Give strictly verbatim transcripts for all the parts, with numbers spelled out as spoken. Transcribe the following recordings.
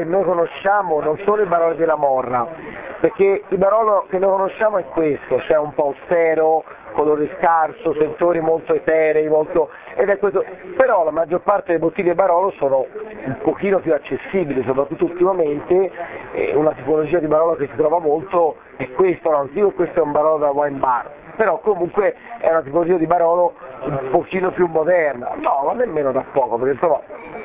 che noi conosciamo non sono i Barolo della Morra, perché il Barolo che noi conosciamo è questo, cioè un po' austero, colore scarso, sentori molto eterei, molto... ed è questo. Però la maggior parte delle bottiglie Barolo sono un pochino più accessibili, soprattutto ultimamente, eh, una tipologia di Barolo che si trova molto è questo, non dico che questo è un Barolo da wine bar, però comunque è una tipologia di Barolo un pochino più moderna, no, ma nemmeno da poco, perché insomma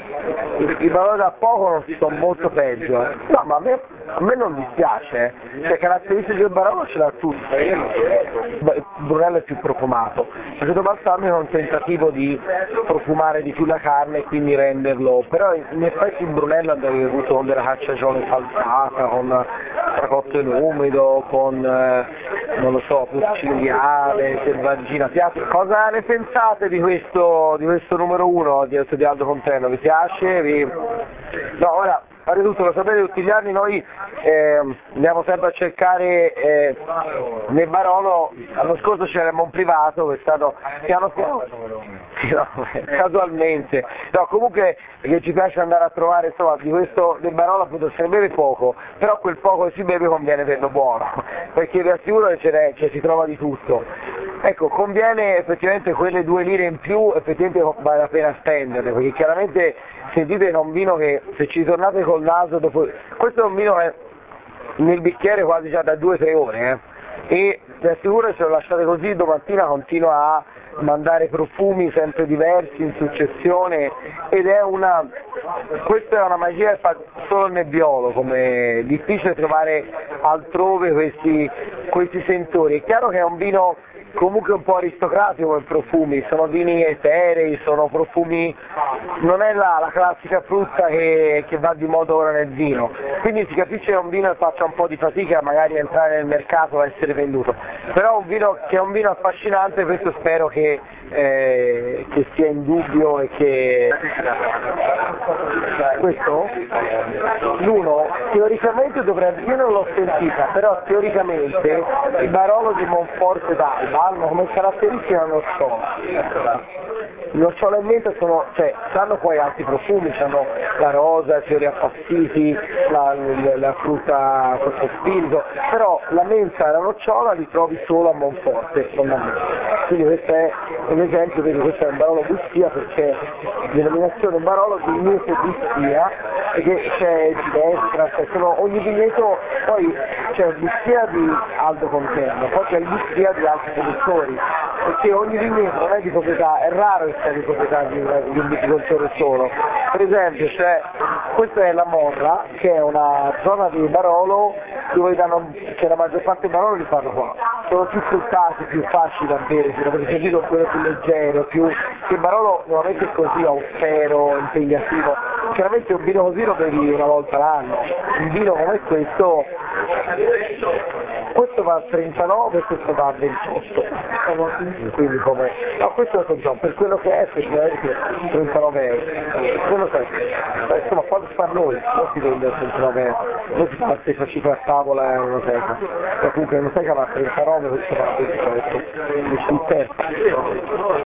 i Barolo da poco non sono molto peggio, eh. No, ma a me, a me non dispiace, eh. Cioè, caratteristiche del Barolo ce l'ha tutto, il Brunello è più profumato, questo balsamico è un tentativo di profumare di più la carne e quindi renderlo, però in effetti il Brunello andrebbe avuto con della cacciagione falsata, con tracotto in umido, con eh, non lo so, ciliale, selvaggina, piatto. Cosa ne pensate di questo, di questo numero uno di, di Aldo Conterno? Vi piace? Vi... No, ora, fate tutto, lo sapete, tutti gli anni noi eh, andiamo sempre a cercare eh, nel Barolo, l'anno scorso c'era il Mon Privato, che è stato piano piano, sì, no, casualmente, no, comunque che ci piace andare a trovare, insomma, di questo del Barolo appunto se ne beve poco, però quel poco che si beve conviene averlo buono, perché vi assicuro che, ce n'è, che si trova di tutto. Ecco, conviene effettivamente quelle due lire in più, effettivamente vale la pena spenderle, perché chiaramente sentite che è un vino che se ci tornate col naso dopo... Questo è un vino che nel bicchiere quasi già da due o tre ore, eh? E vi assicuro che se lo lasciate così domattina continua a mandare profumi sempre diversi in successione ed è una... questa è una magia che fa solo il nebbiolo, come è difficile trovare altrove questi, questi sentori. È chiaro che è un vino comunque un po' aristocratico come profumi, sono vini eterei, sono profumi, non è la, la classica frutta che, che va di moda ora nel vino, quindi si capisce che è un vino che faccia un po' di fatica magari a entrare nel mercato e essere venduto, però è un vino che è un vino affascinante, questo spero che, eh, che sia in dubbio e che... Questo? L'uno, teoricamente dovrebbe, io non l'ho sentita, però teoricamente il Barolo di Monforte d'Alba hanno come caratteristica una nocciola. Il nocciola e menta sono, cioè, hanno poi altri profumi, hanno la rosa, i fiori appassiti, la, la, la frutta sotto spirito, però la menta e la nocciola li trovi solo a Monforte, non a me. Quindi questo è un esempio, vedi, questo è un Barolo Bustia perché denominazione Barolo di vigneto Bustia, perché c'è di destra, cioè sono, ogni vigneto, poi c'è il Bustia di Aldo Conterno, poi c'è il Bustia di altri produttori, perché ogni vigneto non è di proprietà, è raro che sia di proprietà di, di un viticoltore solo. Per esempio, cioè, questa è la Morra, che è una zona di Barolo dove danno, cioè la maggior parte dei Barolo li fanno qua, sono più fruttati, più facili da bere, perché sentito quello più leggero, più che il Barolo normalmente è così austero, impegnativo, chiaramente un vino così lo bevi una volta l'anno, un vino come questo, questo va a trentanove, questo va a ventotto, quindi come, no, questo è già per quello che è effettivamente trentanove euro, quello che è, insomma quando si fa noi, non si vende a trentanove euro, noi si fa la stessa cifra a tavola in un'oteca, e comunque l'oteca va a trentanove, questo va a ventotto, il terzo,